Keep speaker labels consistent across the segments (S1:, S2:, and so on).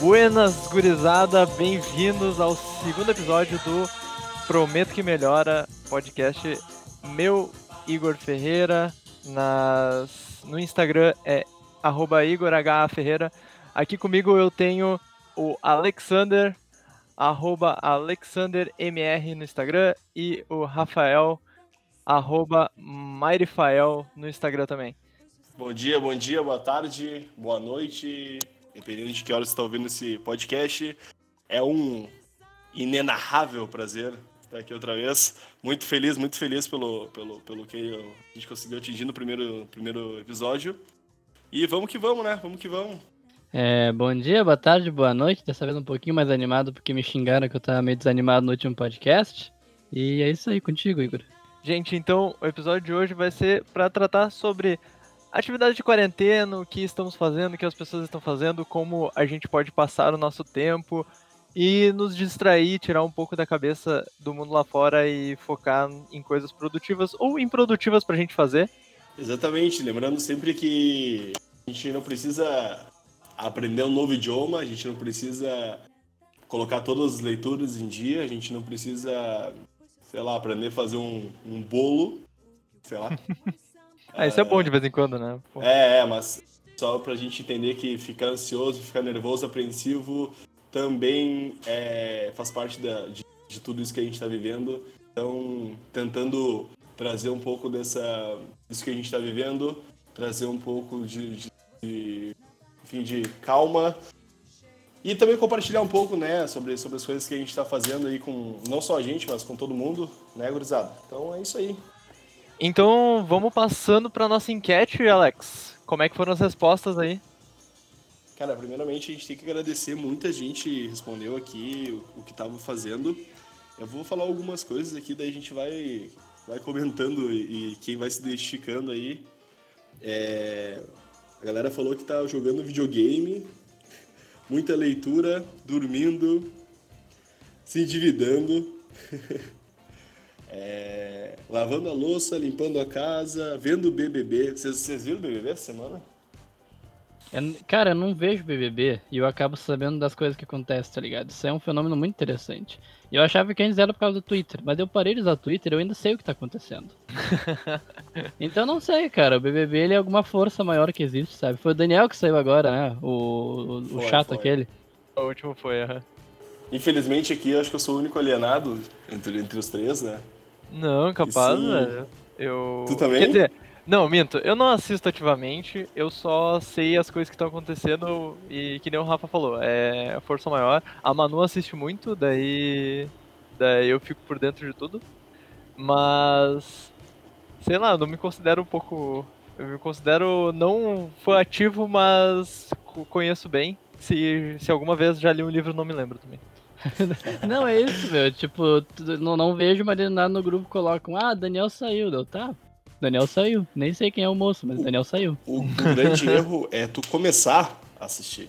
S1: Buenas, gurizada, bem-vindos ao segundo episódio do Prometo que Melhora, podcast meu, Igor Ferreira, no Instagram é @IgorHFerreira. Aqui comigo eu tenho o Alexander, @AlexanderMR no Instagram, e o Rafael, @Mairifael no Instagram também.
S2: Bom dia, boa tarde, boa noite, dependendo de que hora você está ouvindo esse podcast. É um inenarrável prazer estar aqui outra vez. Muito feliz pelo que a gente conseguiu atingir no primeiro episódio. E vamos que vamos, né? Vamos que vamos.
S3: Bom dia, boa tarde, boa noite. Dessa vez um pouquinho mais animado porque me xingaram que eu tava meio desanimado no último podcast. E é isso aí, contigo, Igor.
S1: Gente, então o episódio de hoje vai ser para tratar sobre atividade de quarentena, o que estamos fazendo, o que as pessoas estão fazendo, como a gente pode passar o nosso tempo e nos distrair, tirar um pouco da cabeça do mundo lá fora e focar em coisas produtivas ou improdutivas pra gente fazer.
S2: Exatamente, lembrando sempre que a gente não precisa aprender um novo idioma, a gente não precisa colocar todas as leituras em dia, a gente não precisa, sei lá, aprender a fazer um bolo, sei lá.
S1: Isso é bom de vez em quando, né? Pô.
S2: Mas só pra gente entender que ficar ansioso, ficar nervoso, apreensivo, também faz parte de tudo isso que a gente tá vivendo. Então, tentando trazer um pouco disso que a gente tá vivendo, trazer um pouco de calma e também compartilhar um pouco, né, sobre as coisas que a gente tá fazendo aí com, não só a gente, mas com todo mundo, né, gurizada? Então é isso aí.
S1: Então, vamos passando para nossa enquete, Alex. Como é que foram as respostas aí?
S2: Cara, primeiramente a gente tem que agradecer, muita gente respondeu aqui o que estava fazendo. Eu vou falar algumas coisas aqui, daí a gente vai comentando e quem vai se identificando aí. A galera falou que tá jogando videogame, muita leitura, dormindo, se endividando. Lavando a louça, limpando a casa, vendo o BBB. Vocês viram o BBB essa semana?
S3: Cara, eu não vejo BBB e eu acabo sabendo das coisas que acontecem, tá ligado? Isso é um fenômeno muito interessante. Eu achava que antes era por causa do Twitter, mas eu parei de usar o Twitter e eu ainda sei o que tá acontecendo. Então eu não sei, cara. O BBB ele é alguma força maior que existe, sabe? Foi o Daniel que saiu agora, né? O chato
S2: Foi.
S3: aquele.
S1: O último foi,
S2: Infelizmente aqui eu acho que eu sou o único alienado entre os três, né?
S1: Não, capaz,
S2: sim,
S1: velho.
S2: Tu também?
S1: Quer dizer, não, minto. Eu não assisto ativamente, eu só sei as coisas que estão acontecendo e que nem o Rafa falou, é força maior. A Manu assiste muito, daí eu fico por dentro de tudo. Mas, sei lá, eu não me considero um pouco... Eu me considero não fã ativo, mas conheço bem. Se alguma vez já li um livro, não me lembro também.
S3: Não, é isso, meu. Tipo, não vejo, mas nada no grupo colocam, Daniel saiu. Tá, Daniel saiu. Nem sei quem é o moço, mas Daniel saiu.
S2: O grande erro é tu começar a assistir.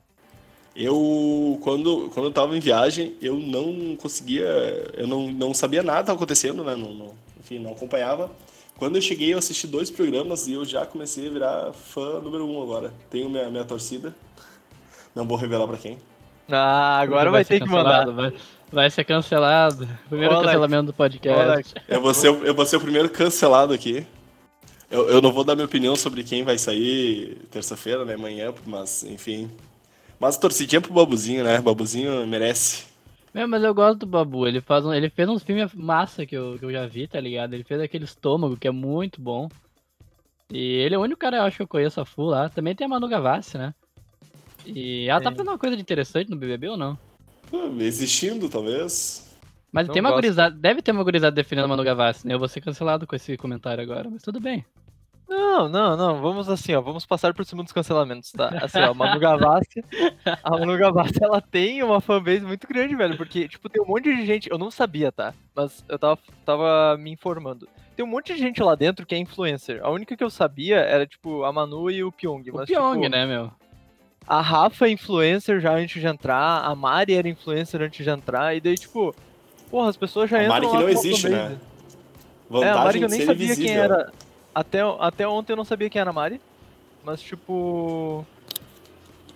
S2: Quando eu tava em viagem, eu não conseguia, eu não sabia nada que estava acontecendo, né? Enfim, não acompanhava. Quando eu cheguei, eu assisti 2 programas e eu já comecei a virar fã número 1 agora. Tenho minha torcida. Não vou revelar pra quem.
S1: Agora vai ter que mandar.
S3: Vai ser cancelado. Primeiro cancelamento do podcast.
S2: Eu vou ser o primeiro cancelado aqui. Eu não vou dar minha opinião sobre quem vai sair terça-feira, né? Amanhã, mas enfim. Mas torcidinha pro Babuzinho, né? Babuzinho merece.
S3: Mas eu gosto do Babu. Ele fez uns filmes massa que eu já vi, tá ligado? Ele fez aquele Estômago, que é muito bom. E ele é o único cara, eu acho, que eu conheço a full lá. Também tem a Manu Gavassi, né? E ela tá fazendo uma coisa de interessante no BBB ou não?
S2: Existindo, talvez.
S3: Mas tem uma gurizada, deve ter uma gurizada defendendo a Manu Gavassi, né? Eu vou ser cancelado com esse comentário agora, mas tudo bem.
S1: Não, vamos assim, ó, vamos passar por cima dos cancelamentos, tá? Assim, ó, a Manu Gavassi, ela tem uma fanbase muito grande, velho, porque, tipo, tem um monte de gente, eu não sabia, tá? Mas eu tava me informando. Tem um monte de gente lá dentro que é influencer. A única que eu sabia era, tipo, a Manu e o Pyong.
S3: O Pyong, né, meu?
S1: A Rafa é influencer já antes de entrar, a Mari era influencer antes de entrar, e daí, tipo, porra, as pessoas já entram lá.
S2: A Mari que não existe, né?
S1: A Mari que eu nem sabia quem era. Até ontem eu não sabia quem era a Mari, mas, tipo...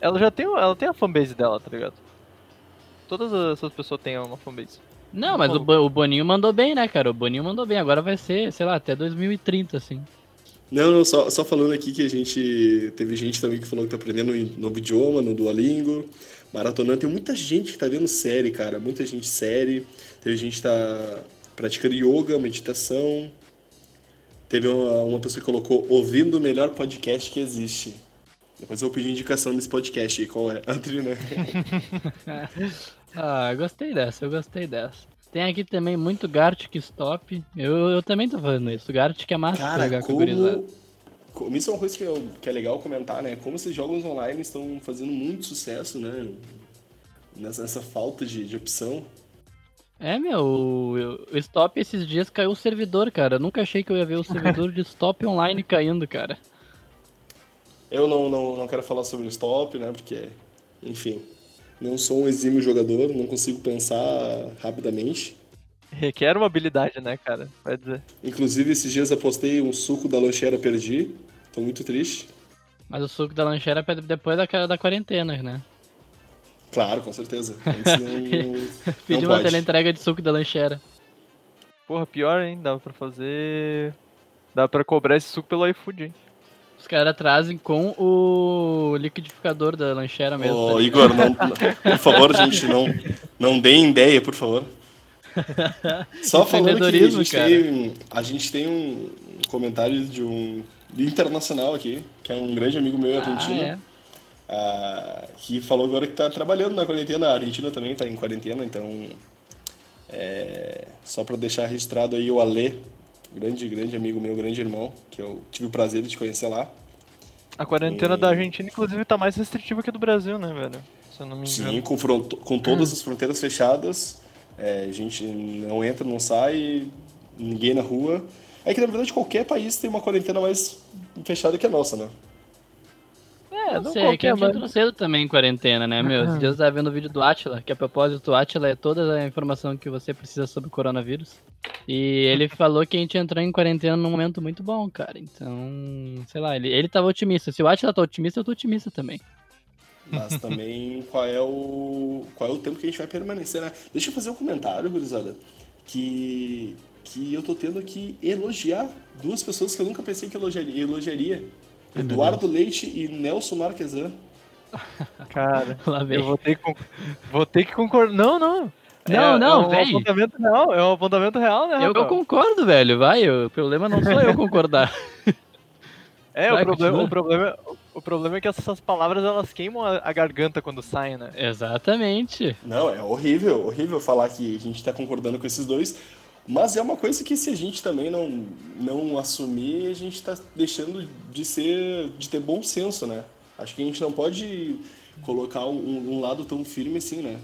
S1: ela tem a fanbase dela, tá ligado? Todas essas pessoas têm uma fanbase.
S3: Não, mas o Boninho mandou bem, né, cara? O Boninho mandou bem. Agora vai ser, sei lá, até 2030, assim.
S2: Não, só falando aqui que teve gente também que falou que tá aprendendo um novo idioma no Duolingo, maratonando. Tem muita gente que tá vendo série, cara. Muita gente série. Teve gente que tá praticando yoga, meditação. Teve uma pessoa que colocou ouvindo o melhor podcast que existe. Depois eu vou pedir indicação desse podcast aí, qual é? André, né?
S3: Ah, eu gostei dessa. Tem aqui também muito Gartic Stop. Eu também tô fazendo isso. Gartic é massa pra
S2: Cara,
S3: jogar com a gurizada.
S2: como isso é uma coisa que é legal comentar, né? Como esses jogos online estão fazendo muito sucesso, né? Nessa falta de opção.
S3: É, meu, o Stop esses dias caiu o servidor, cara. Eu nunca achei que eu ia ver o servidor de Stop online caindo, cara.
S2: Eu não quero falar sobre o stop, né? Porque, enfim, não sou um exímio jogador, não consigo pensar rapidamente.
S1: Requer uma habilidade, né, cara? Vai dizer.
S2: Inclusive, esses dias apostei um suco da lancheira, perdi. Tô muito triste.
S3: Mas o suco da lancheira é depois da quarentena, né?
S2: Claro, com certeza. Antes não
S3: Pedi uma
S2: pode.
S3: teleentrega de suco da lancheira.
S1: Porra, pior, hein? Dá pra fazer. Dá pra cobrar esse suco pelo iFood, hein?
S3: Os caras trazem com o liquidificador da lancheira mesmo.
S2: Ô,
S3: tá ligado?
S2: Igor, por favor, gente, não deem ideia, por favor. Só falando que a gente tem um comentário de internacional aqui, que é um grande amigo meu argentino, que falou agora que tá trabalhando na quarentena. A Argentina também tá em quarentena, então só para deixar registrado aí o Alê, grande amigo meu, grande irmão, que eu tive o prazer de te conhecer lá.
S1: A quarentena da Argentina, inclusive, tá mais restritiva que a do Brasil, né, velho? Se eu não me engano.
S2: Sim, com todas as fronteiras fechadas, a gente não entra, não sai, ninguém na rua. É que, na verdade, qualquer país tem uma quarentena mais fechada que a nossa, né?
S3: Não sei, que eu entro cedo também em quarentena, né, meu? Esses dias eu tava vendo o vídeo do Átila, que a propósito, o Átila é toda a informação que você precisa sobre o coronavírus. E ele falou que a gente entrou em quarentena num momento muito bom, cara. Então, sei lá, ele tava otimista. Se o Átila tá otimista, eu tô otimista também.
S2: Mas também qual é o tempo que a gente vai permanecer, né? Deixa eu fazer um comentário, gurizada, que eu tô tendo que elogiar duas pessoas que eu nunca pensei que elogiaria. Eduardo Leite e Nelson Marquesan.
S1: Cara,
S3: Lá vem.
S1: eu vou ter que concordar. Não.
S3: Não,
S1: um
S3: velho.
S1: apontamento real, é um apontamento real, né,
S3: Eu
S1: Rafael?
S3: concordo, velho, vai. O problema não sou eu concordar. Vai,
S1: o problema é que essas palavras elas queimam a garganta quando saem, né?
S3: Exatamente.
S2: Não, é horrível falar que a gente tá concordando com esses dois, mas é uma coisa que se a gente também não assumir, a gente tá deixando de ter bom senso, né? Acho que a gente não pode colocar um lado tão firme assim, né?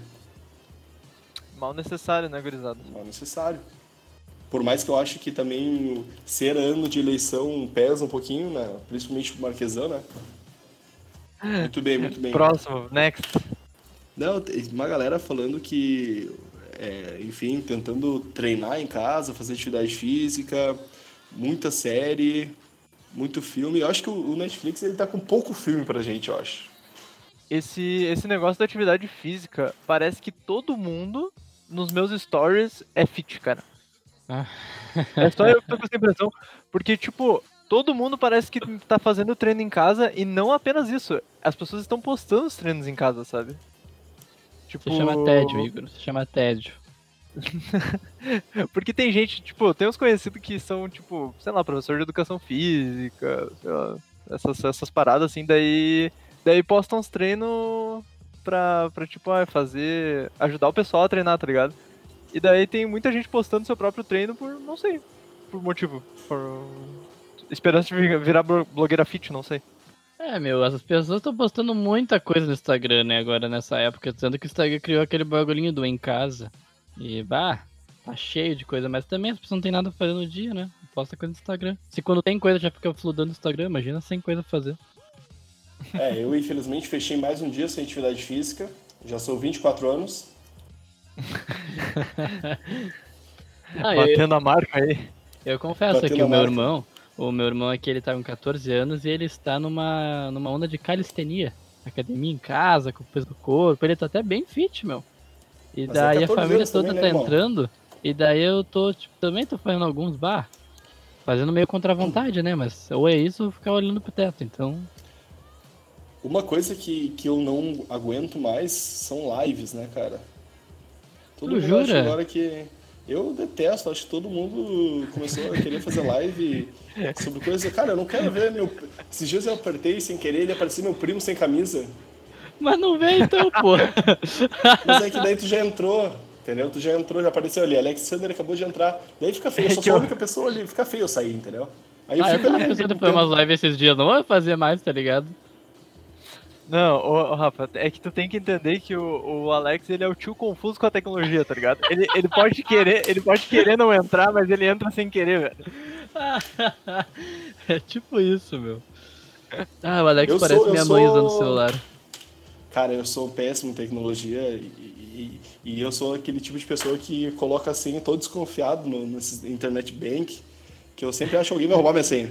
S1: Mal necessário, né, gurizada?
S2: Não é necessário. Por mais que eu acho que também ser ano de eleição pesa um pouquinho, né? Principalmente pro Marquesan, né? Muito bem.
S1: Próximo, next.
S2: Não, tem uma galera falando que, enfim, tentando treinar em casa, fazer atividade física, muita série, muito filme. Eu acho que o Netflix ele tá com pouco filme pra gente, eu acho.
S1: Esse negócio da atividade física, parece que todo mundo nos meus stories é fit, cara. É só eu que tô com essa impressão, porque, tipo, todo mundo parece que tá fazendo treino em casa e não apenas isso. As pessoas estão postando os treinos em casa, sabe? Tipo...
S3: Se chama tédio, Igor. Se chama tédio.
S1: Porque tem gente, tipo, tem uns conhecidos que são, tipo, sei lá, professor de educação física, sei lá, essas paradas assim, daí postam uns treinos pra tipo, ajudar o pessoal a treinar, tá ligado? E daí tem muita gente postando seu próprio treino por, não sei, por motivo, por esperança de virar blogueira fit, não sei.
S3: Meu, as pessoas estão postando muita coisa no Instagram, né, agora nessa época, sendo que o Instagram criou aquele bagulhinho do em casa. E, tá cheio de coisa, mas também as pessoas não tem nada pra fazer no dia, né? Posta coisa no Instagram. Se quando tem coisa já fica fludando no Instagram, imagina sem coisa pra fazer.
S2: Eu infelizmente fechei mais um dia sem atividade física, já sou 24 anos.
S1: Batendo a marca aí.
S3: Eu confesso que o meu irmão aqui, ele tá com 14 anos e ele está numa onda de calistenia academia em casa, com o peso do corpo, ele tá até bem fit, meu. E
S2: Mas
S3: daí
S2: é
S3: a família
S2: 14
S3: toda
S2: também, né,
S3: tá
S2: irmão?
S3: entrando, e daí eu tô, tipo, também tô fazendo alguns fazendo meio contra a vontade, né? Mas ou é isso ou ficar olhando pro teto, então...
S2: Uma coisa que eu não aguento mais são lives, né, cara? Todo
S3: Tu
S2: mundo acha
S3: jura?
S2: agora que... Eu detesto, acho que todo mundo começou a querer fazer live sobre coisas... Cara, eu não quero ver meu... Esses dias eu apertei sem querer, ele apareceu meu primo sem camisa.
S3: Mas não vem então, pô.
S2: Mas é que daí tu já entrou, entendeu? Tu já entrou, já apareceu ali. Alexander acabou de entrar. Daí fica feio, eu só
S1: que
S2: sou a
S1: eu-
S2: única pessoa ali. Fica feio eu sair, entendeu? Aí eu
S3: Ah, eu
S2: fico
S3: tava
S2: ali.
S3: pensando em
S2: o
S3: fazer
S2: tempo-
S3: umas lives esses dias, não vou fazer mais, tá ligado?
S1: Não, ô, Rafa, é que tu tem que entender que o Alex, ele é o tio confuso com a tecnologia, tá ligado? Ele pode querer não entrar, mas ele entra sem querer, velho.
S3: É tipo isso, meu. Ah, o Alex
S2: Eu
S3: parece
S2: sou, eu
S3: minha mãe usando o
S2: sou,
S3: celular.
S2: cara, eu sou péssimo em tecnologia e eu sou aquele tipo de pessoa que coloca a senha todo desconfiado nesse internet bank, que eu sempre acho que alguém vai roubar minha senha.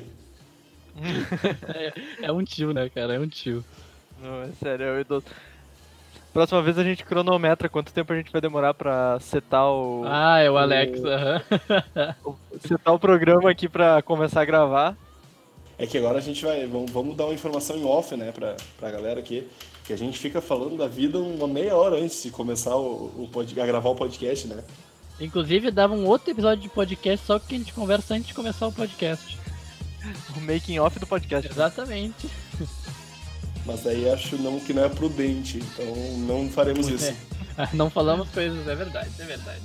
S3: É um tio, né, cara? É um tio.
S1: Não, é sério, é o idoso. Próxima vez a gente cronometra quanto tempo a gente vai demorar pra setar
S3: Ah, é o Alex, aham.
S1: setar o programa aqui pra começar a gravar.
S2: É que agora a gente vamos dar uma informação em off, né, pra galera aqui, que a gente fica falando da vida uma meia hora antes de começar a gravar o podcast, né?
S3: Inclusive, dava um outro episódio de podcast só que a gente conversa antes de começar o podcast.
S1: O making off do podcast.
S3: Exatamente.
S2: Mas daí acho que não é prudente, então não faremos isso.
S3: É. Não falamos coisas, é verdade, é verdade.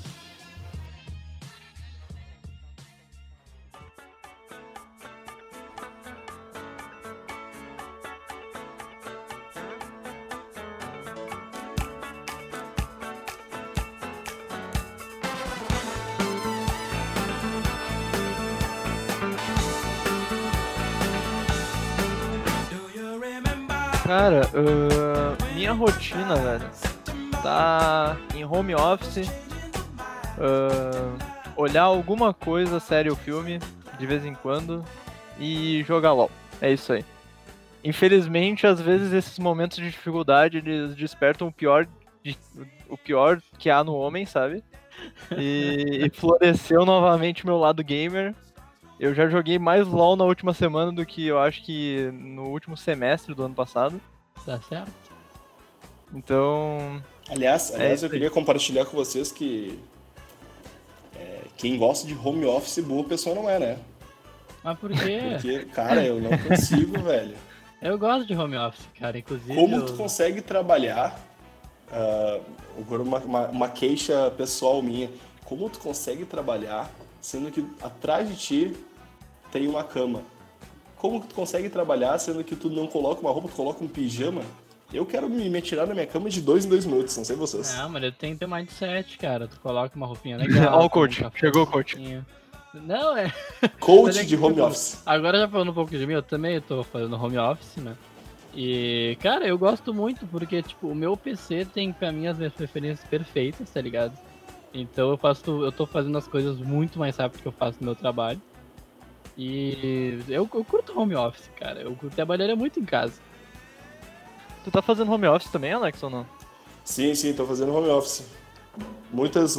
S1: Cara, minha rotina, velho, tá em home office, olhar alguma coisa, série ou filme, de vez em quando, e jogar LOL. É isso aí. Infelizmente, às vezes esses momentos de dificuldade, eles despertam o pior que há no homem, sabe? E floresceu novamente meu lado gamer. Eu já joguei mais LoL na última semana do que eu acho que no último semestre do ano passado.
S3: Tá certo?
S2: Aliás,
S1: É
S2: aliás
S1: isso
S2: eu
S1: aí.
S2: queria compartilhar com vocês que quem gosta de home office, boa pessoa não é, né?
S3: Mas por quê?
S2: Porque, cara, eu não consigo, velho.
S3: Eu gosto de home office, cara. Inclusive.
S2: Como tu consegue trabalhar? Agora uma queixa pessoal minha. Como tu consegue trabalhar sendo que atrás de ti tem uma cama? Como que tu consegue trabalhar sendo que tu não coloca uma roupa, tu coloca um pijama? Eu quero me tirar da minha cama de 2 em 2 minutos, não sei vocês.
S3: Não, mas eu tenho que ter mindset, cara. Tu coloca uma roupinha legal.
S1: Ó o
S3: toma um
S1: coach, chegou o coach.
S3: cafezinho. Não, é. Mas
S2: Coach
S3: é que,
S2: de home
S3: tipo,
S2: office.
S3: Agora já falando um pouco de mim, eu também tô fazendo home office, né? E, cara, eu gosto muito porque, tipo, o meu PC tem pra mim as minhas preferências perfeitas, tá ligado? Então eu tô fazendo as coisas muito mais rápido que eu faço no meu trabalho. E eu curto home office, cara. Eu trabalharia muito em casa.
S1: Tu tá fazendo home office também, Alex, ou não?
S2: Sim, tô fazendo home office. Muitas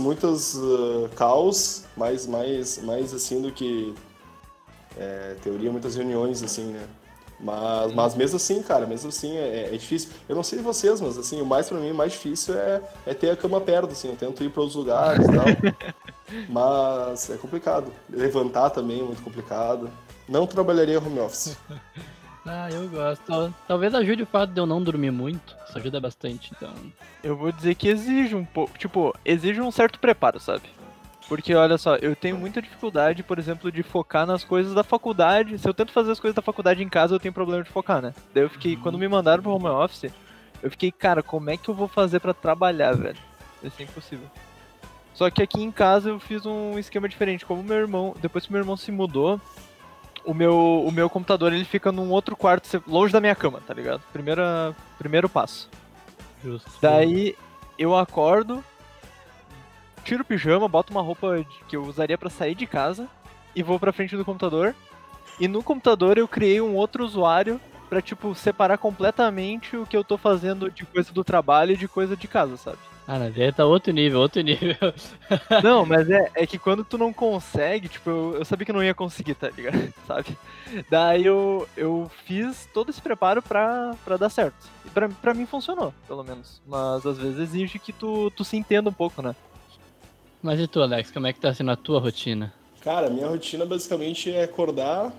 S2: calls, mais assim do que teoria, muitas reuniões, assim, né? Mas mesmo assim, cara, é difícil. Eu não sei vocês, mas assim, o mais pra mim, o mais difícil é ter a cama perto, assim. Eu tento ir pra outros lugares e tal. Mas é complicado. Levantar também é muito complicado. Não trabalharia home office.
S3: Ah, eu gosto. Talvez ajude o fato de eu não dormir muito. Isso ajuda bastante, então.
S1: Eu vou dizer que exige um pouco, tipo, exige um certo preparo, sabe? Porque, olha só, eu tenho muita dificuldade, por exemplo, de focar nas coisas da faculdade. Se eu tento fazer as coisas da faculdade em casa, eu tenho problema de focar, né? Daí eu fiquei, quando me mandaram pro home office, eu fiquei, cara, como é que eu vou fazer pra trabalhar, velho? Isso é impossível. Só que aqui em casa eu fiz um esquema diferente. Como meu irmão, depois que meu irmão se mudou, o meu computador ele fica num outro quarto, longe da minha cama, tá ligado? Primeiro passo.
S3: Justo.
S1: Daí eu acordo, tiro o pijama, boto uma roupa que eu usaria pra sair de casa e vou pra frente do computador. E no computador eu criei um outro usuário tipo, separar completamente o que eu tô fazendo de coisa do trabalho e de coisa de casa, sabe?
S3: Ah, na verdade tá outro nível, outro nível.
S1: Não, mas é que quando tu não consegue, tipo, eu sabia que eu não ia conseguir, tá ligado? Sabe? Daí eu fiz todo esse preparo pra dar certo. E pra mim funcionou, pelo menos. Mas às vezes exige que tu se entenda um pouco, né?
S3: Mas e tu, Alex, como é que tá sendo a tua rotina?
S2: Cara, minha rotina basicamente é acordar.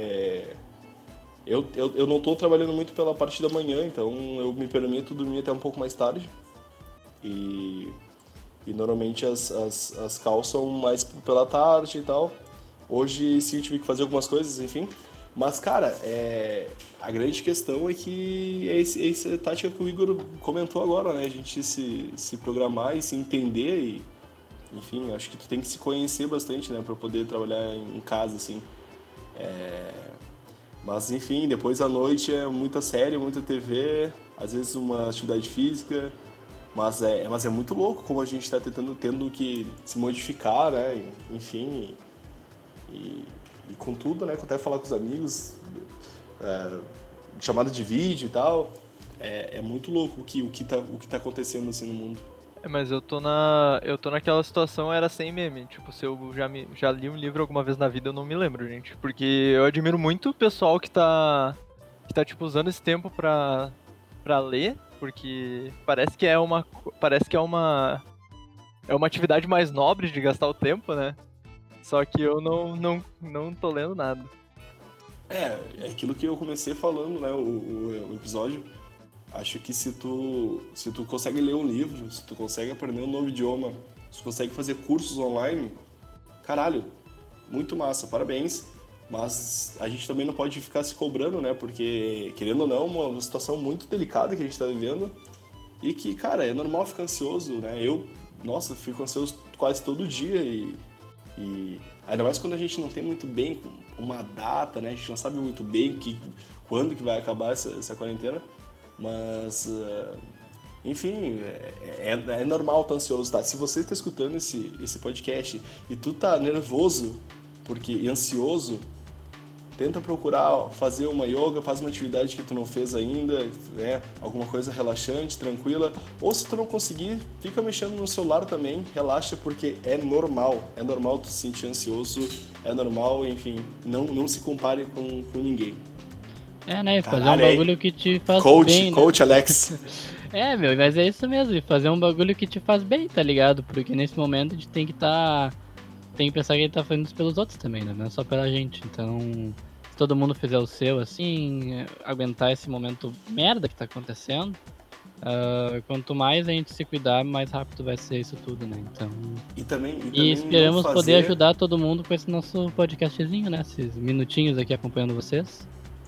S2: Eu não tô trabalhando muito pela parte da manhã, então eu me permito dormir até um pouco mais tarde. E, e normalmente as calls são mais pela tarde e tal. Hoje sim eu tive que fazer algumas coisas, enfim. Mas, cara, a grande questão é que essa tática que o Igor comentou agora, né? A gente se programar e se entender e, enfim, acho que tu tem que se conhecer bastante, né? Pra poder trabalhar em casa, assim. Mas, enfim, depois à noite é muita série, muita TV, às vezes uma atividade física. Mas é muito louco como a gente está tendo que se modificar, né? Enfim, e com tudo, né? Até falar com os amigos, chamada de vídeo e tal. É muito louco o que tá acontecendo assim no mundo.
S1: Mas eu tô naquela situação, era sem meme. Tipo, se eu já li um livro alguma vez na vida, eu não me lembro, gente. Porque eu admiro muito o pessoal que tá tipo, usando esse tempo pra ler, porque parece que é uma atividade mais nobre de gastar o tempo, né? Só que eu não tô lendo nada.
S2: É aquilo que eu comecei falando, né? O episódio. Acho que se tu consegue ler um livro, se tu consegue aprender um novo idioma, se tu consegue fazer cursos online, caralho, muito massa, parabéns. Mas a gente também não pode ficar se cobrando, né? Porque, querendo ou não, é uma situação muito delicada que a gente tá vivendo. E que, cara, é normal ficar ansioso, né? Nossa, fico ansioso quase todo dia e ainda mais quando a gente não tem muito bem uma data, né? A gente não sabe muito bem quando que vai acabar essa quarentena. Mas, enfim, é normal estar ansioso, tá? Se você está escutando esse podcast e tu tá nervoso e ansioso, tenta procurar fazer uma yoga, faz uma atividade que tu não fez ainda, né? Alguma coisa relaxante, tranquila. Ou se tu não conseguir, fica mexendo no celular também, relaxa, porque é normal tu se sentir ansioso, é normal, enfim, não se compare com ninguém.
S3: Né? Fazer
S2: Caralho,
S3: um bagulho que te faz bem, né?
S2: Coach Alex.
S3: Meu, mas é isso mesmo, fazer um bagulho que te faz bem, tá ligado? Porque nesse momento a gente tem que tem que pensar que a gente tá fazendo isso pelos outros também, né? Não é só pela gente. Então, se todo mundo fizer o seu, assim, aguentar esse momento merda que tá acontecendo, quanto mais a gente se cuidar, mais rápido vai ser isso tudo, né? Então...
S2: E também
S3: esperamos
S2: não
S3: poder ajudar todo mundo com esse nosso podcastzinho, né? Esses minutinhos aqui acompanhando vocês.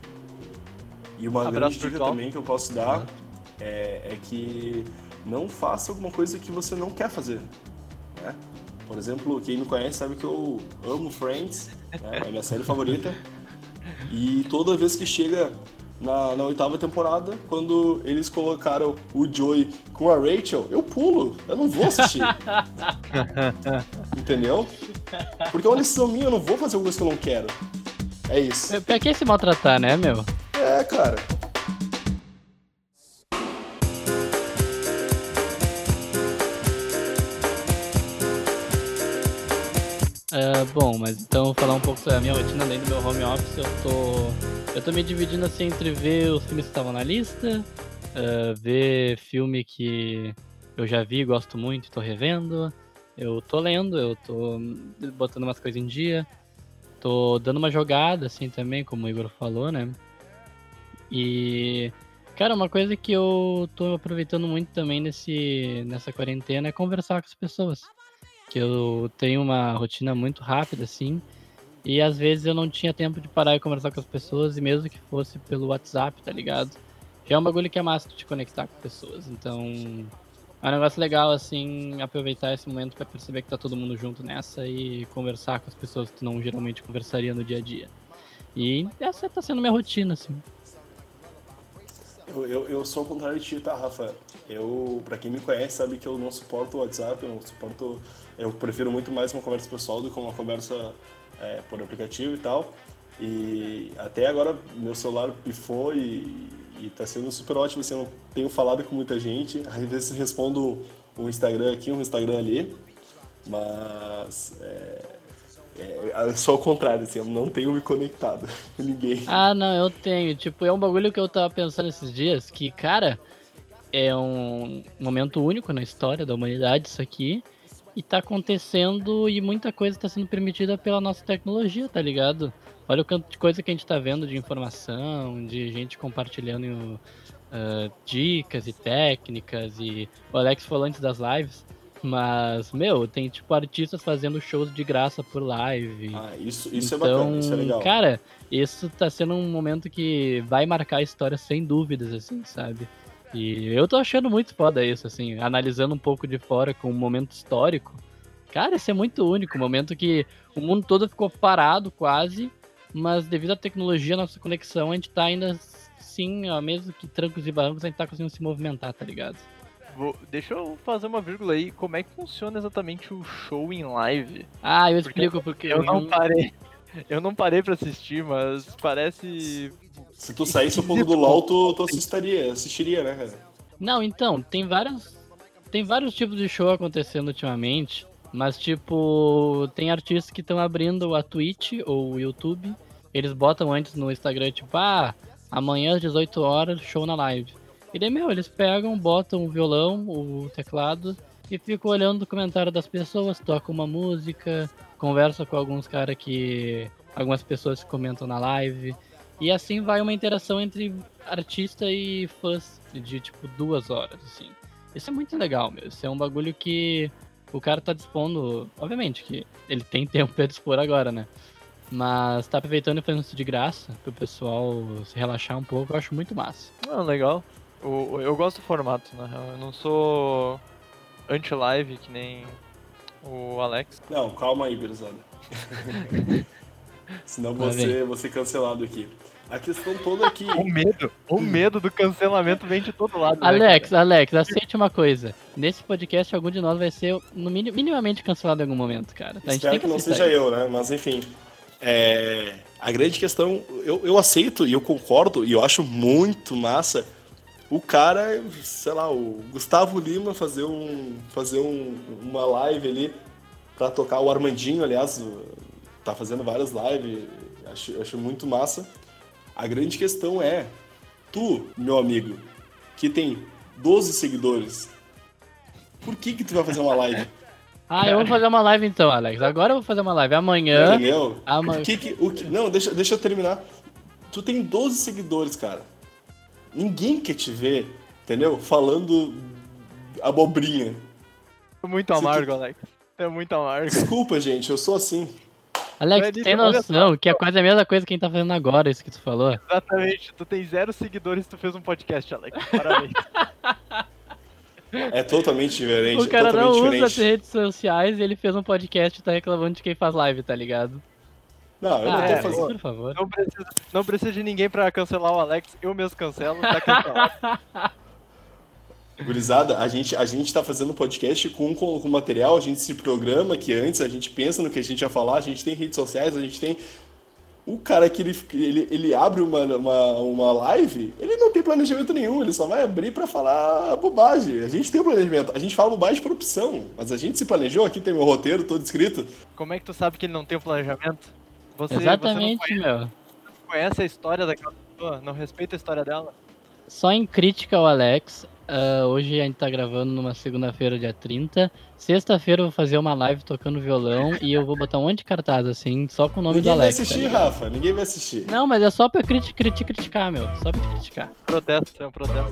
S2: E uma
S1: Abraço
S2: grande dica
S1: virtual.
S2: também que eu posso dar é que não faça alguma coisa que você não quer fazer, né? Por exemplo, quem me conhece sabe que eu amo Friends, né? É a minha série favorita. E toda vez que chega na 8ª temporada, quando eles colocaram o Joey com a Rachel, eu pulo, eu não vou assistir. Entendeu? Porque é uma decisão minha, eu não vou fazer alguma coisa que eu não quero. É isso.
S3: Pra que se maltratar, né, meu?
S2: Cara.
S3: Bom, mas então vou falar um pouco sobre a minha rotina além do meu home office. Eu tô me dividindo assim entre ver os filmes que estavam na lista, ver filme que eu já vi, gosto muito, tô revendo. Eu tô lendo, eu tô botando umas coisas em dia. Tô dando uma jogada assim também, como o Igor falou, né? E, cara, uma coisa que eu tô aproveitando muito também nessa quarentena é conversar com as pessoas. Que eu tenho uma rotina muito rápida, assim, e às vezes eu não tinha tempo de parar e conversar com as pessoas, e mesmo que fosse pelo WhatsApp, tá ligado? Já é um bagulho que é massa tu te conectar com pessoas, então é um negócio legal, assim, aproveitar esse momento pra perceber que tá todo mundo junto nessa e conversar com as pessoas que tu não geralmente conversaria no dia a dia. E essa tá sendo minha rotina, assim.
S2: Eu sou ao contrário de ti, tá, Rafa? Pra quem me conhece, sabe que eu não suporto o WhatsApp, eu prefiro muito mais uma conversa pessoal do que uma conversa por aplicativo e tal. E até agora meu celular pifou e tá sendo super ótimo, assim, eu tenho falado com muita gente, às vezes respondo um Instagram aqui, um Instagram ali, mas é só o contrário, assim, eu não tenho me conectado com ninguém.
S3: Ah, não, eu tenho. Tipo, é um bagulho que eu tava pensando esses dias, que, cara, é um momento único na história da humanidade isso aqui. E tá acontecendo e muita coisa tá sendo permitida pela nossa tecnologia, tá ligado? Olha o quanto de coisa que a gente tá vendo de informação, de gente compartilhando dicas e técnicas, e o Alex falou antes das lives, mas, meu, tem tipo artistas fazendo shows de graça por live.
S2: Ah, isso
S3: Então,
S2: é bacana, isso é legal.
S3: cara, isso tá sendo um momento que vai marcar a história sem dúvidas, assim, sabe? E eu tô achando muito foda isso, assim, analisando um pouco de fora com um momento histórico. Cara, esse é muito único, um momento que o mundo todo ficou parado quase, mas devido à tecnologia, nossa conexão, a gente tá ainda sim, ó, mesmo que trancos e barrancos, a gente tá conseguindo se movimentar, tá ligado?
S1: Deixa eu fazer uma vírgula aí. Como é que funciona exatamente o show em live?
S3: Ah, eu explico porque
S1: eu não parei. Eu não parei pra assistir, mas parece.
S2: Se tu saísse um pouco do LoL, tu assistiria, né, cara?
S3: Não, então, tem vários tipos de show acontecendo ultimamente, mas tipo, tem artistas que estão abrindo a Twitch ou o YouTube, eles botam antes no Instagram, tipo, amanhã às 18 horas, show na live. E daí, eles pegam, botam o violão, o teclado, e ficam olhando o comentário das pessoas, tocam uma música, conversa com algumas pessoas que comentam na live. E assim vai uma interação entre artista e fãs de tipo 2 horas, assim. Isso é muito legal, meu. Isso é um bagulho que o cara tá dispondo. Obviamente que ele tem tempo pra dispor agora, né? Mas tá aproveitando e fazendo isso de graça pro pessoal se relaxar um pouco, eu acho muito massa.
S1: Ah, legal. Eu gosto do formato, na real. Eu não sou anti-live que nem o Alex.
S2: Não, calma aí, gurizada. Senão vou ser cancelado aqui. A questão toda é que...
S1: O medo do cancelamento vem de todo lado.
S3: Alex, aceite uma coisa. Nesse podcast, algum de nós vai ser minimamente cancelado em algum momento, cara. A gente
S2: Espero
S3: tem
S2: que não
S3: aceitar
S2: seja
S3: isso.
S2: eu, né? Mas enfim. A grande questão, eu aceito e eu concordo e eu acho muito massa o cara, sei lá, o Gustavo Lima fazer uma live ali pra tocar, o Armandinho, aliás, tá fazendo várias lives, acho muito massa. A grande questão é, tu, meu amigo, que tem 12 seguidores, por que tu vai fazer uma live?
S3: Eu vou fazer uma live então, Alex. Agora eu vou fazer uma live. Amanhã.
S2: Entendeu? Não, deixa eu terminar. Tu tem 12 seguidores, cara. Ninguém quer te ver, entendeu? Falando abobrinha.
S1: É muito amargo, Alex. É muito amargo.
S2: Desculpa, gente, eu sou assim.
S3: Alex, tu tem noção que é quase a mesma coisa que a gente tá fazendo agora, isso que tu falou?
S1: Exatamente. Tu tem 0 seguidores e tu fez um podcast, Alex. Parabéns.
S2: É totalmente diferente.
S3: O cara não usa as
S2: diferente.
S3: redes sociais e ele fez um podcast e tá reclamando de quem faz live, tá ligado?
S2: Não, eu não tô fazendo.
S3: Por favor.
S1: Não precisa de ninguém pra cancelar o Alex. Eu mesmo cancelo, tá cancelado.
S2: Gurizada, a gente tá fazendo podcast com material, a gente se programa, que antes a gente pensa no que a gente ia falar, a gente tem redes sociais, a gente tem... O cara que ele abre uma live, ele não tem planejamento nenhum, ele só vai abrir pra falar bobagem. A gente tem um planejamento, a gente fala bobagem por opção, mas a gente se planejou, aqui tem meu roteiro todo escrito.
S1: Como é que tu sabe que ele não tem um planejamento?
S3: Exatamente,
S1: você
S3: meu.
S1: conhece a história daquela pessoa, não respeita a história dela.
S3: Só em crítica ao Alex, hoje a gente tá gravando numa segunda-feira, dia 30. Sexta-feira eu vou fazer uma live tocando violão e eu vou botar um monte de cartaz, assim, só com o nome do Alex.
S2: Ninguém vai assistir,
S3: tá,
S2: Rafa, ninguém vai assistir.
S3: Não, mas é só pra criticar, meu. Só pra te criticar.
S1: Protesto, é um protesto.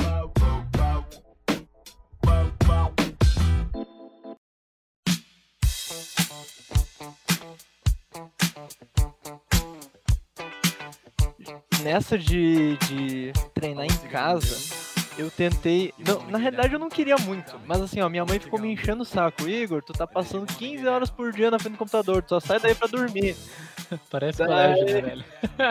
S1: Nessa de treinar em casa, eu tentei... Não, na realidade eu não queria muito, mas assim, ó, minha mãe ficou me enchendo o saco. Igor, tu tá passando 15 horas por dia na frente do computador, tu só sai daí pra dormir.
S3: Parece colégio, né, velho?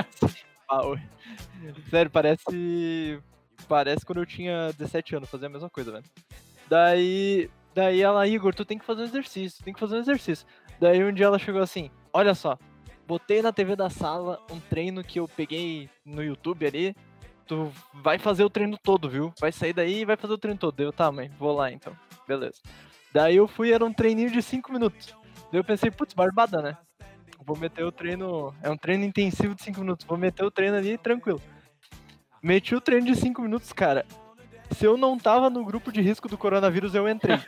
S1: Sério, parece quando eu tinha 17 anos, fazia a mesma coisa, velho. Daí ela, Igor, tu tem que fazer um exercício, tem que fazer um exercício. Daí um dia ela chegou assim, olha só, botei na TV da sala um treino que eu peguei no YouTube ali. Tu vai fazer o treino todo, viu? Vai sair daí e vai fazer o treino todo. Deu, tá, mãe, vou lá então. Beleza. Daí eu fui, era um treininho de 5 minutos. Daí eu pensei, putz, barbada, né? Vou meter o treino. É um treino intensivo de 5 minutos. Vou meter o treino ali tranquilo. Meti o treino de 5 minutos, cara. Se eu não tava no grupo de risco do coronavírus, eu entrei.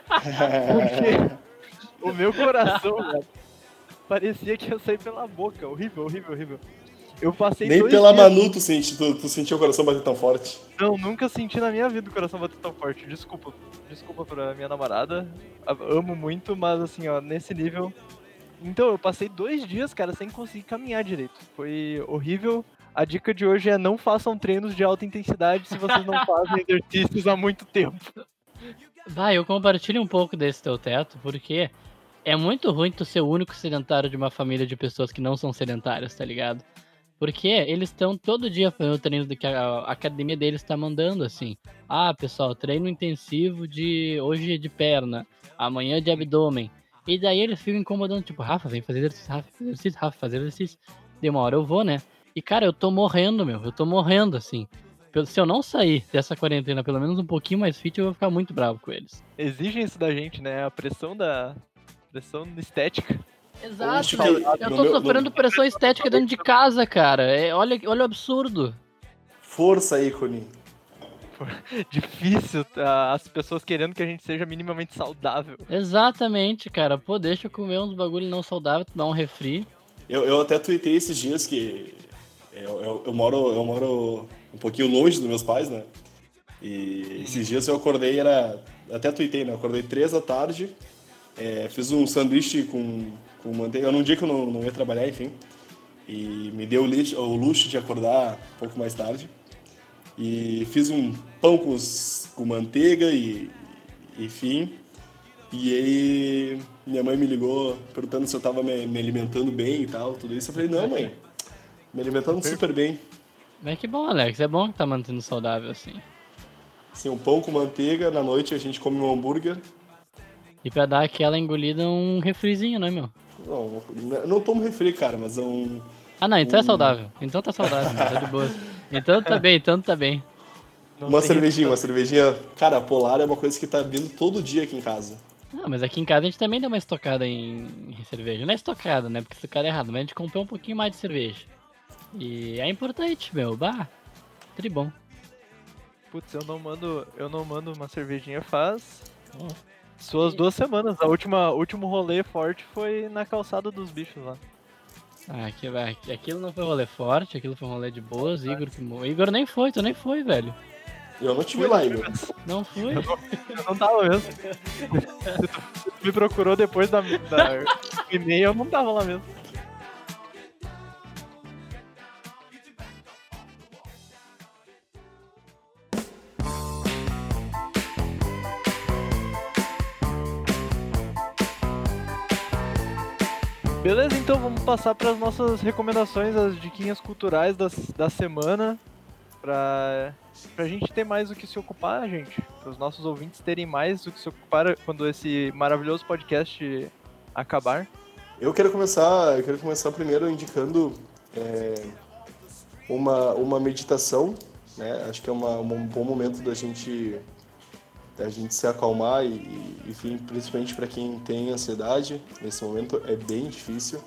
S1: Porque o meu coração, velho, parecia que ia sair pela boca. Horrível, horrível, horrível. Eu passei
S2: Nem
S1: 2
S2: pela
S1: dias...
S2: Manu tu sentiu o coração bater tão forte.
S1: Não, nunca senti na minha vida o coração bater tão forte. Desculpa pra minha namorada. Amo muito, mas assim, ó, nesse nível... Então, eu passei 2 dias, cara, sem conseguir caminhar direito. Foi horrível. A dica de hoje é não façam treinos de alta intensidade se vocês não fazem exercícios há muito tempo.
S3: Vai, eu compartilho um pouco desse teu teto, porque é muito ruim tu ser o único sedentário de uma família de pessoas que não são sedentárias, tá ligado? Porque eles estão todo dia fazendo o treino que a academia deles tá mandando, assim. Ah, pessoal, treino intensivo de hoje de perna, amanhã de abdômen. E daí eles ficam incomodando, tipo, Rafa, vem fazer exercício, Rafa, fazer exercício, Rafa, fazer exercício. De uma hora eu vou, né? E, cara, eu tô morrendo, eu tô morrendo, assim. Se eu não sair dessa quarentena pelo menos um pouquinho mais fit, eu vou ficar muito bravo com eles.
S1: Exigem isso da gente, né? A pressão estética.
S3: Exato,
S2: que
S3: eu tô sofrendo pressão estética dentro de casa, cara. Olha o absurdo.
S2: Força, ícone.
S1: Difícil, as pessoas querendo que a gente seja minimamente saudável.
S3: Exatamente, cara. Pô, deixa eu comer uns bagulho não saudável, tomar um refri.
S2: Eu até tuitei esses dias que eu moro um pouquinho longe dos meus pais, né? E esses dias eu acordei, até tuitei, né? Eu acordei 3 da tarde, fiz um sanduíche com manteiga, num dia que eu não ia trabalhar, enfim. E me deu o luxo de acordar um pouco mais tarde. E fiz um pão com manteiga enfim. E aí minha mãe me ligou perguntando se eu tava me alimentando bem e tal, tudo isso. Eu falei, não, mãe, me alimentando super bem.
S3: Mas que bom, Alex. É bom que tá mantendo saudável assim.
S2: Assim, um pão com manteiga, na noite a gente come um hambúrguer.
S3: E pra dar aquela engolida, um refrizinho, né, meu?
S2: Não, eu não tomo refri, cara, mas é um...
S3: Ah, não, então é saudável. Então tá saudável, tá de boa. Então tá bem.
S2: Uma cervejinha. Cara, a Polar é uma coisa que tá vindo todo dia aqui em casa.
S3: Ah, mas aqui em casa a gente também deu uma estocada em cerveja. Não é estocada, né? Porque estocada é errado, mas a gente comprou um pouquinho mais de cerveja. E é importante, meu. Bah, tribom.
S1: Putz, eu não mando uma cervejinha faz suas 2 semanas. O último rolê forte foi na calçada dos bichos lá.
S3: Ah, aquilo não foi rolê forte, aquilo foi um rolê de boas. Igor nem foi, tu nem foi, velho.
S2: Eu não tive lá, Igor.
S3: Não fui.
S1: Eu não tava mesmo. Se tu me procurou depois da e-mail, eu não tava lá mesmo. Beleza, então vamos passar para as nossas recomendações, as diquinhas culturais da semana, pra gente ter mais o que se ocupar, gente, para os nossos ouvintes terem mais o que se ocupar quando esse maravilhoso podcast acabar.
S2: Eu quero começar primeiro indicando uma meditação, né? Acho que é um bom momento da gente se acalmar enfim, principalmente para quem tem ansiedade. Nesse momento é bem difícil.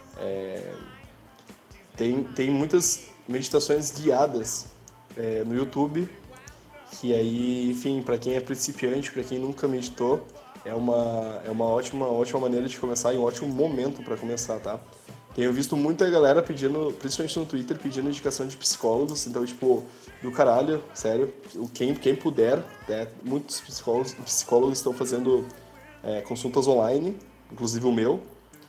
S2: Tem muitas meditações guiadas no YouTube, que aí, enfim, para quem é principiante, para quem nunca meditou, é uma ótima maneira de começar e um ótimo momento para começar, tá? Tenho visto muita galera pedindo, principalmente no Twitter, pedindo indicação de psicólogos, então, tipo, do caralho, sério, quem puder, né? Muitos psicólogos estão fazendo consultas online, inclusive o meu.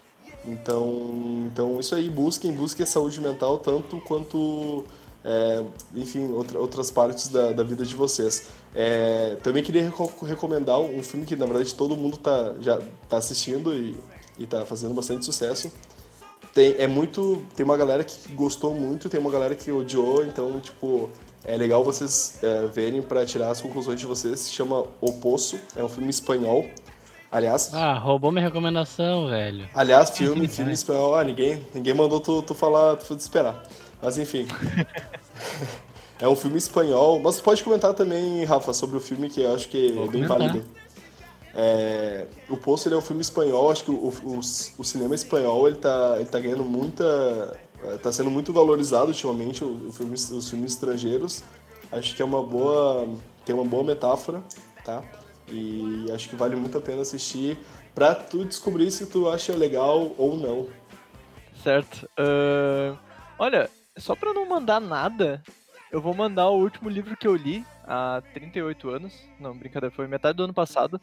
S2: Então isso aí, busquem a saúde mental tanto quanto, enfim, outras partes da vida de vocês. Também queria recomendar um filme que, na verdade, todo mundo já tá assistindo e tá fazendo bastante sucesso. Tem uma galera que gostou muito, tem uma galera que odiou, então, tipo, é legal vocês verem para tirar as conclusões de vocês. Se chama O Poço, é um filme espanhol. Aliás,
S3: Roubou minha recomendação, velho.
S2: filme espanhol, ninguém mandou tu falar, tu esperar. Mas enfim. É um filme espanhol. Mas tu pode comentar também, Rafa, sobre o filme que eu acho que
S3: Vou
S2: é bem
S3: comentar.
S2: válido. O Poço ele é um filme espanhol, acho que o cinema espanhol ele tá ganhando muita. Tá sendo muito valorizado ultimamente os filmes estrangeiros. Acho que tem uma boa metáfora, tá? E acho que vale muito a pena assistir pra tu descobrir se tu acha legal ou não.
S1: Certo. Olha, só pra não mandar nada, eu vou mandar o último livro que eu li há 38 anos. Não, brincadeira, foi metade do ano passado.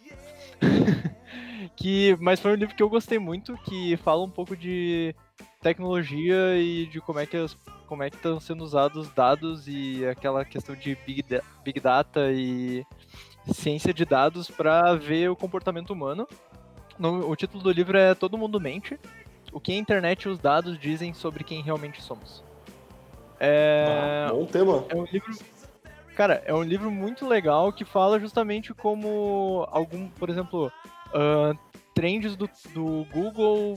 S1: Mas foi um livro que eu gostei muito, que fala um pouco de tecnologia e de como é que estão sendo usados dados e aquela questão de Big Data e ciência de dados para ver o comportamento humano. O título do livro é Todo Mundo Mente. O que a internet e os dados dizem sobre quem realmente somos.
S2: Bom tema.
S1: É um livro, cara, é um livro muito legal que fala justamente como por exemplo, trends do Google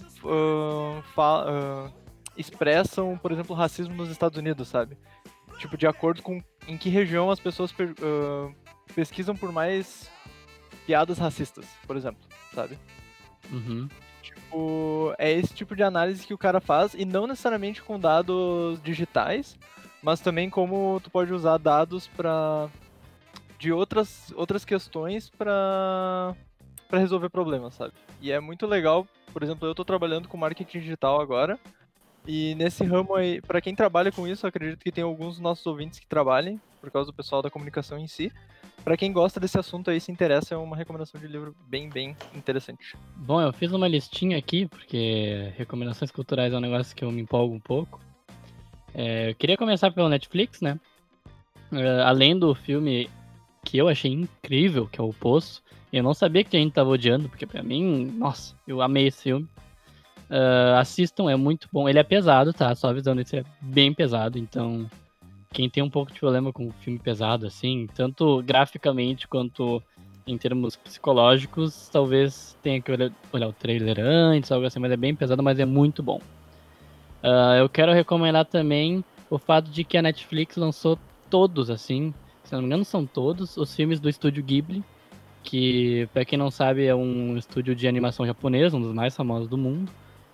S1: expressam, por exemplo, racismo nos Estados Unidos, sabe? Tipo, de acordo com em que região as pessoas pesquisam por mais piadas racistas, por exemplo, sabe?
S3: Uhum.
S1: Tipo, é esse tipo de análise que o cara faz, e não necessariamente com dados digitais, mas também como tu pode usar dados de outras questões para resolver problemas, sabe? E é muito legal, por exemplo, eu tô trabalhando com marketing digital agora, e nesse ramo aí, para quem trabalha com isso, eu acredito que tem alguns dos nossos ouvintes que trabalhem, por causa do pessoal da comunicação em si. Pra quem gosta desse assunto aí, se interessa, é uma recomendação de livro bem, bem interessante.
S3: Bom, eu fiz uma listinha aqui, porque recomendações culturais é um negócio que eu me empolgo um pouco. Eu queria começar pelo Netflix, né? Além do filme que eu achei incrível, que é O Poço. Eu não sabia que a gente tava odiando, porque pra mim, nossa, eu amei esse filme. Assistam, é muito bom. Ele é pesado, tá? Só avisando, isso é bem pesado, então quem tem um pouco de problema com filme pesado, assim, tanto graficamente quanto em termos psicológicos, talvez tenha que olhar o trailer antes, algo assim, mas é bem pesado, mas é muito bom. Eu quero recomendar também o fato de que a Netflix lançou todos, assim, se não me engano são todos, os filmes do estúdio Ghibli, que, pra quem não sabe, é um estúdio de animação japonês, um dos mais famosos do mundo.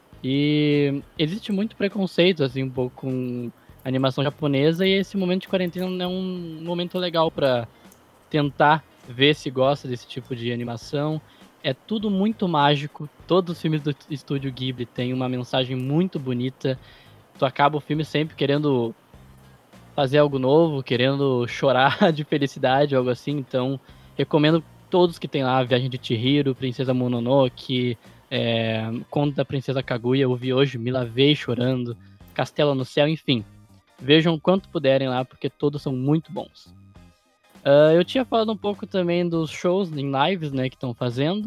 S3: E existe muito preconceito, assim, um pouco com animação japonesa, e esse momento de quarentena é um momento legal pra tentar ver se gosta desse tipo de animação. É tudo muito mágico, todos os filmes do estúdio Ghibli têm uma mensagem muito bonita. Tu acaba o filme sempre querendo fazer algo novo, querendo chorar de felicidade, algo assim, então recomendo todos que tem lá, Viagem de Chihiro, Princesa Mononoke, Conto da Princesa Kaguya, eu vi hoje, me lavei chorando, Castelo no Céu, enfim. Vejam quanto puderem lá, porque todos são muito bons. Eu tinha falado um pouco também dos shows em lives, né, que estão fazendo.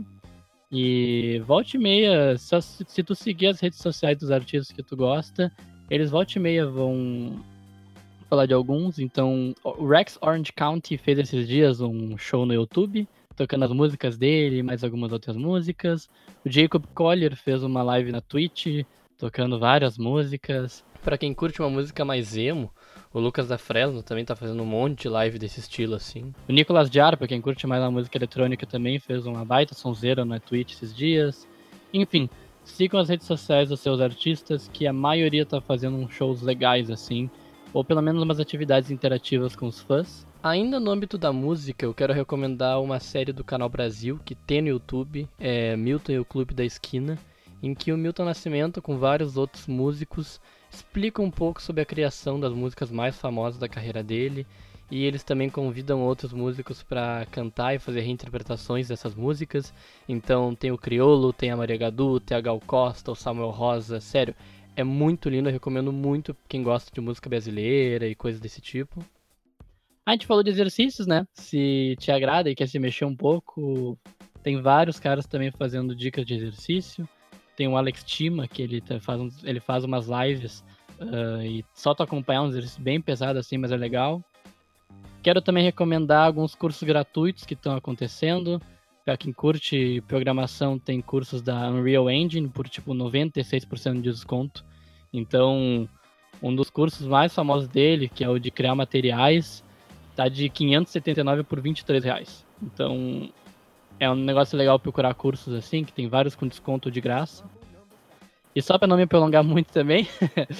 S3: E volta e meia, se tu seguir as redes sociais dos artistas que tu gosta, eles volta e meia vão falar de alguns. Então, o Rex Orange County fez esses dias um show no YouTube, tocando as músicas dele, mais algumas outras músicas. O Jacob Collier fez uma live na Twitch, tocando várias músicas.
S4: Pra quem curte uma música mais emo, o Lucas da Fresno também tá fazendo um monte de live desse estilo, assim.
S3: O Nicolas Diar, pra quem curte mais a música eletrônica, também fez uma baita sonzeira na Twitch esses dias. Enfim, sigam as redes sociais dos seus artistas, que a maioria tá fazendo uns shows legais, assim, ou pelo menos umas atividades interativas com os fãs.
S4: Ainda no âmbito da música, eu quero recomendar uma série do Canal Brasil, que tem no YouTube, é Milton e o Clube da Esquina, em que o Milton Nascimento, com vários outros músicos, explica um pouco sobre a criação das músicas mais famosas da carreira dele, e eles também convidam outros músicos para cantar e fazer reinterpretações dessas músicas. Então tem o Criolo, tem a Maria Gadu, tem a Gal Costa, o Samuel Rosa, sério, é muito lindo, eu recomendo muito quem gosta de música brasileira e coisas desse tipo.
S3: A gente falou de exercícios, né? Se te agrada e quer se mexer um pouco, tem vários caras também fazendo dicas de exercício. Tem o Alex Tima, que ele faz umas lives e só tu acompanhar um exercício bem pesado assim, mas é legal. Quero também recomendar alguns cursos gratuitos que estão acontecendo. Pra quem curte programação, tem cursos da Unreal Engine por tipo 96% de desconto. Então, um dos cursos mais famosos dele, que é o de criar materiais, tá de 579 por R$ 23. Então, é um negócio legal procurar cursos assim, que tem vários com desconto de graça. E só pra não me prolongar muito também,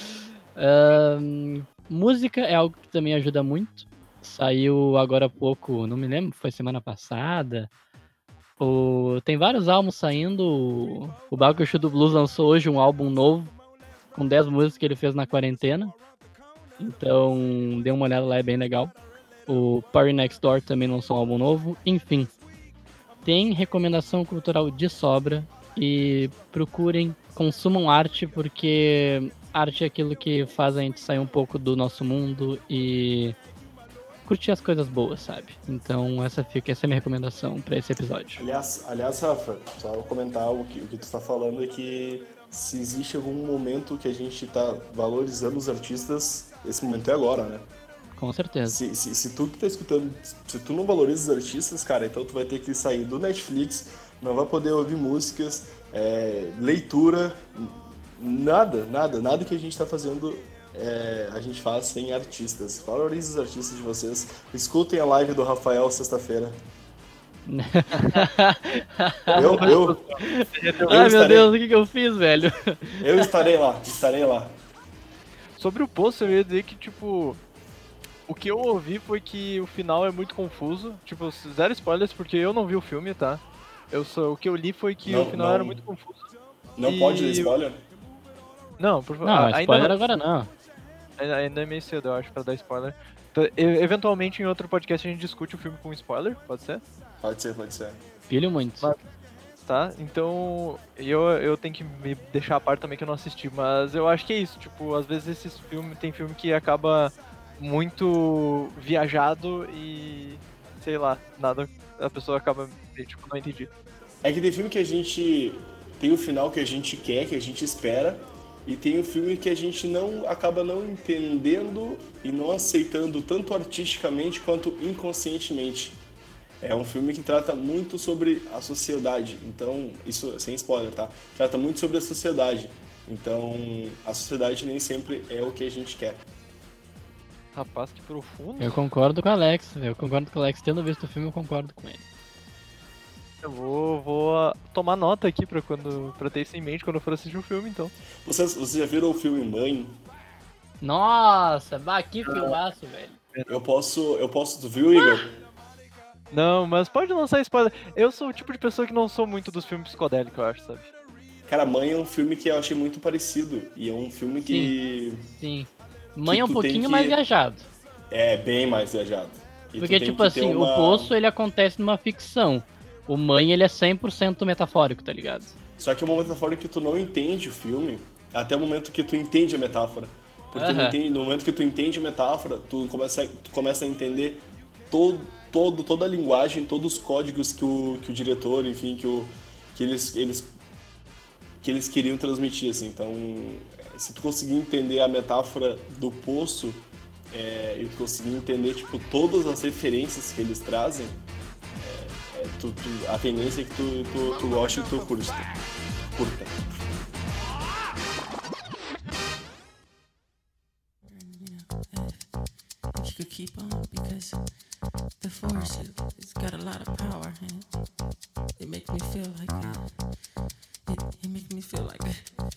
S3: música é algo que também ajuda muito. Saiu agora há pouco, não me lembro, foi semana passada. Tem vários álbuns saindo. O Bakushu do Blues lançou hoje um álbum novo, com 10 músicas que ele fez na quarentena. Então, dê uma olhada lá, é bem legal. O Party Next Door também lançou um álbum novo. Enfim, tem recomendação cultural de sobra. E procurem, consumam arte, porque arte é aquilo que faz a gente sair um pouco do nosso mundo e curtir as coisas boas, sabe? Então essa é a minha recomendação para esse episódio.
S2: Aliás, Rafa, só comentar o que tu está falando é que se existe algum momento que a gente está valorizando os artistas, esse momento é agora, né?
S3: Com certeza.
S2: Se tu que tá escutando, se tu não valoriza os artistas, cara, então tu vai ter que sair do Netflix, não vai poder ouvir músicas, leitura, nada que a gente tá fazendo a gente faz sem artistas. Valorize os artistas de vocês, escutem a live do Rafael sexta-feira.
S3: Ai meu Deus, o que eu fiz, velho?
S2: Eu estarei lá.
S1: Sobre o post, eu ia dizer que, tipo, o que eu ouvi foi que o final é muito confuso. Tipo, zero spoilers, porque eu não vi o filme, tá? O que eu li foi que o final era muito confuso.
S2: Não pode dar spoiler?
S1: Não, por favor.
S3: Não, spoiler agora não.
S1: Ainda é meio cedo, eu acho, pra dar spoiler. Então, eventualmente, em outro podcast, a gente discute o filme com spoiler, pode ser?
S2: Pode ser.
S3: Filho muito.
S1: Tá, então eu tenho que me deixar a parte também que eu não assisti, mas eu acho que é isso, tipo, às vezes tem filme que acaba muito viajado e, sei lá, a pessoa acaba, tipo, não entendi.
S2: É que tem filme que a gente tem o final que a gente quer, que a gente espera, e tem o filme que a gente acaba não entendendo e não aceitando tanto artisticamente quanto inconscientemente. É um filme que trata muito sobre a sociedade, então, isso sem spoiler, tá? Trata muito sobre a sociedade, então a sociedade nem sempre é o que a gente quer.
S1: Rapaz, que profundo.
S3: Eu concordo com o Alex, tendo visto o filme eu concordo com ele.
S1: Eu vou tomar nota aqui pra ter isso em mente quando eu for assistir o filme, então.
S2: Vocês já viram o filme Mãe?
S3: Nossa, que filmaço, velho.
S2: Eu posso, tu viu, Igor?
S1: Não, mas pode lançar spoiler. Eu sou o tipo de pessoa que não sou muito dos filmes psicodélicos, eu acho, sabe?
S2: Cara, Mãe é um filme que eu achei muito parecido. E é um filme que...
S3: Sim. Mãe é um pouquinho mais viajado.
S2: É, bem mais viajado. E
S3: porque, tipo assim, o Poço, ele acontece numa ficção. O Mãe, ele é 100% metafórico, tá ligado?
S2: Só que é uma metáfora que tu não entende o filme, até o momento que tu entende a metáfora. Porque no momento que tu entende a metáfora, tu começa a entender toda a linguagem, todos os códigos que o diretor, enfim, que eles queriam transmitir, assim. Então, se tu conseguir entender a metáfora do Poço, e tu conseguir entender, tipo, todas as referências que eles trazem, a tendência é que tu goste e tu curta.
S5: You could keep on because the force it's got a lot of power and it makes me feel like it makes me feel like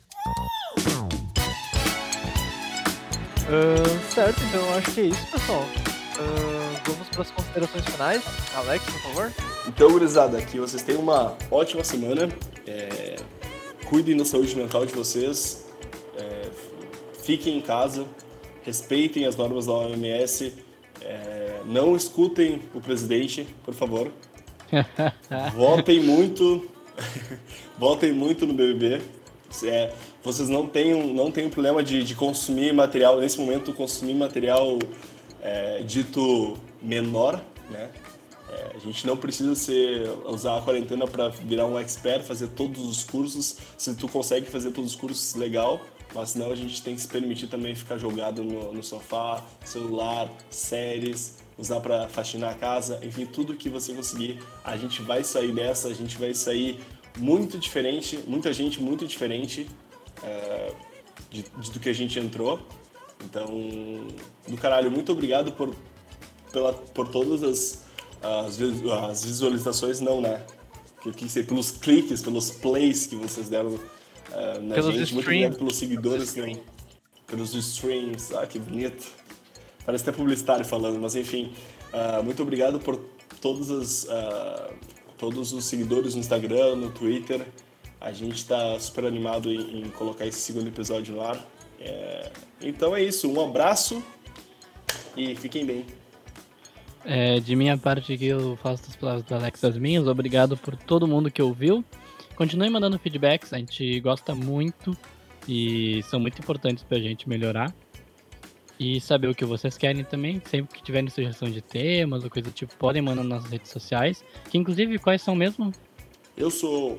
S1: certo, então eu acho que é isso, pessoal. Vamos para as considerações finais. Alex, por favor.
S2: Então, gurizada, que vocês tenham uma ótima semana. Cuidem da saúde mental de vocês. Fiquem em casa. Respeitem as normas da OMS. Não escutem o presidente, por favor. Votem muito. Votem muito no BBB. Vocês não têm problema de consumir material. Nesse momento, consumir material dito menor, né? A gente não precisa usar a quarentena para virar um expert, fazer todos os cursos. Se tu consegue fazer todos os cursos, legal. Mas senão a gente tem que se permitir também ficar jogado no sofá, celular, séries, usar para faxinar a casa, enfim, tudo que você conseguir. A gente vai sair dessa, a gente vai sair muito diferente, muita gente muito diferente do que a gente entrou. Então, do caralho, muito obrigado por todas as visualizações, não, né? Que eu quis dizer, pelos cliques, pelos plays que vocês deram na
S1: Pelos
S2: gente. Muito
S1: streams.
S2: obrigado pelos seguidores também. Pelos streams. Ah, que bonito. Parece até publicitário falando, mas enfim. Muito obrigado por todos os seguidores no Instagram, no Twitter. A gente está super animado em colocar esse segundo episódio no ar. Então é isso. Um abraço e fiquem bem.
S3: De minha parte aqui, eu faço as palavras do Alex das minhas. Obrigado por todo mundo que ouviu. Continue mandando feedbacks, a gente gosta muito e são muito importantes pra gente melhorar. E saber o que vocês querem também. Sempre que tiverem sugestão de temas ou coisa do tipo, podem mandar nas nossas redes sociais. Que inclusive, quais são mesmo?
S2: Eu sou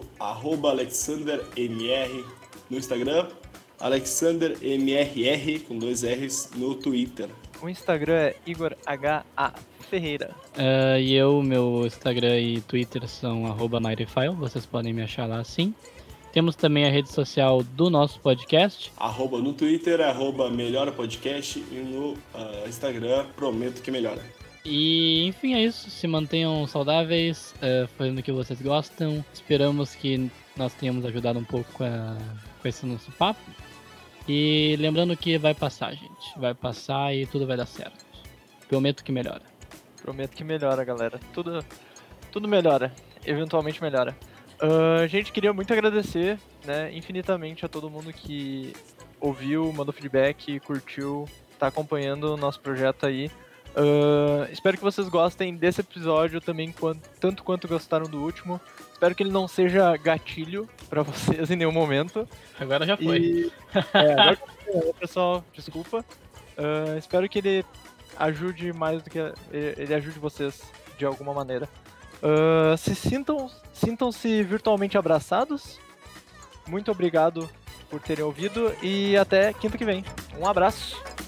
S2: @AlexanderMR no Instagram, AlexanderMRR com 2 R's no Twitter.
S1: O Instagram é Igor H.A. Ferreira.
S3: E meu Instagram e Twitter são @MyRefile, vocês podem me achar lá sim. Temos também a rede social do nosso podcast.
S2: No Twitter, @melhorapodcast e no Instagram, prometo que melhora.
S3: E enfim, é isso. Se mantenham saudáveis, fazendo o que vocês gostam. Esperamos que nós tenhamos ajudado um pouco com esse nosso papo. E lembrando que vai passar, gente. Vai passar e tudo vai dar certo. Prometo que melhora.
S1: Prometo que melhora, galera. Tudo melhora. Eventualmente melhora. Gente, queria muito agradecer, né, infinitamente a todo mundo que ouviu, mandou feedback, curtiu, tá acompanhando o nosso projeto aí. Espero que vocês gostem desse episódio também, tanto quanto gostaram do último. Espero que ele não seja gatilho pra vocês em nenhum momento.
S3: Agora já foi.
S1: Agora já foi, pessoal, desculpa. Espero que ele ajude mais do que ele ajude vocês de alguma maneira. Sintam-se virtualmente abraçados. Muito obrigado por terem ouvido e até quinta que vem. Um abraço.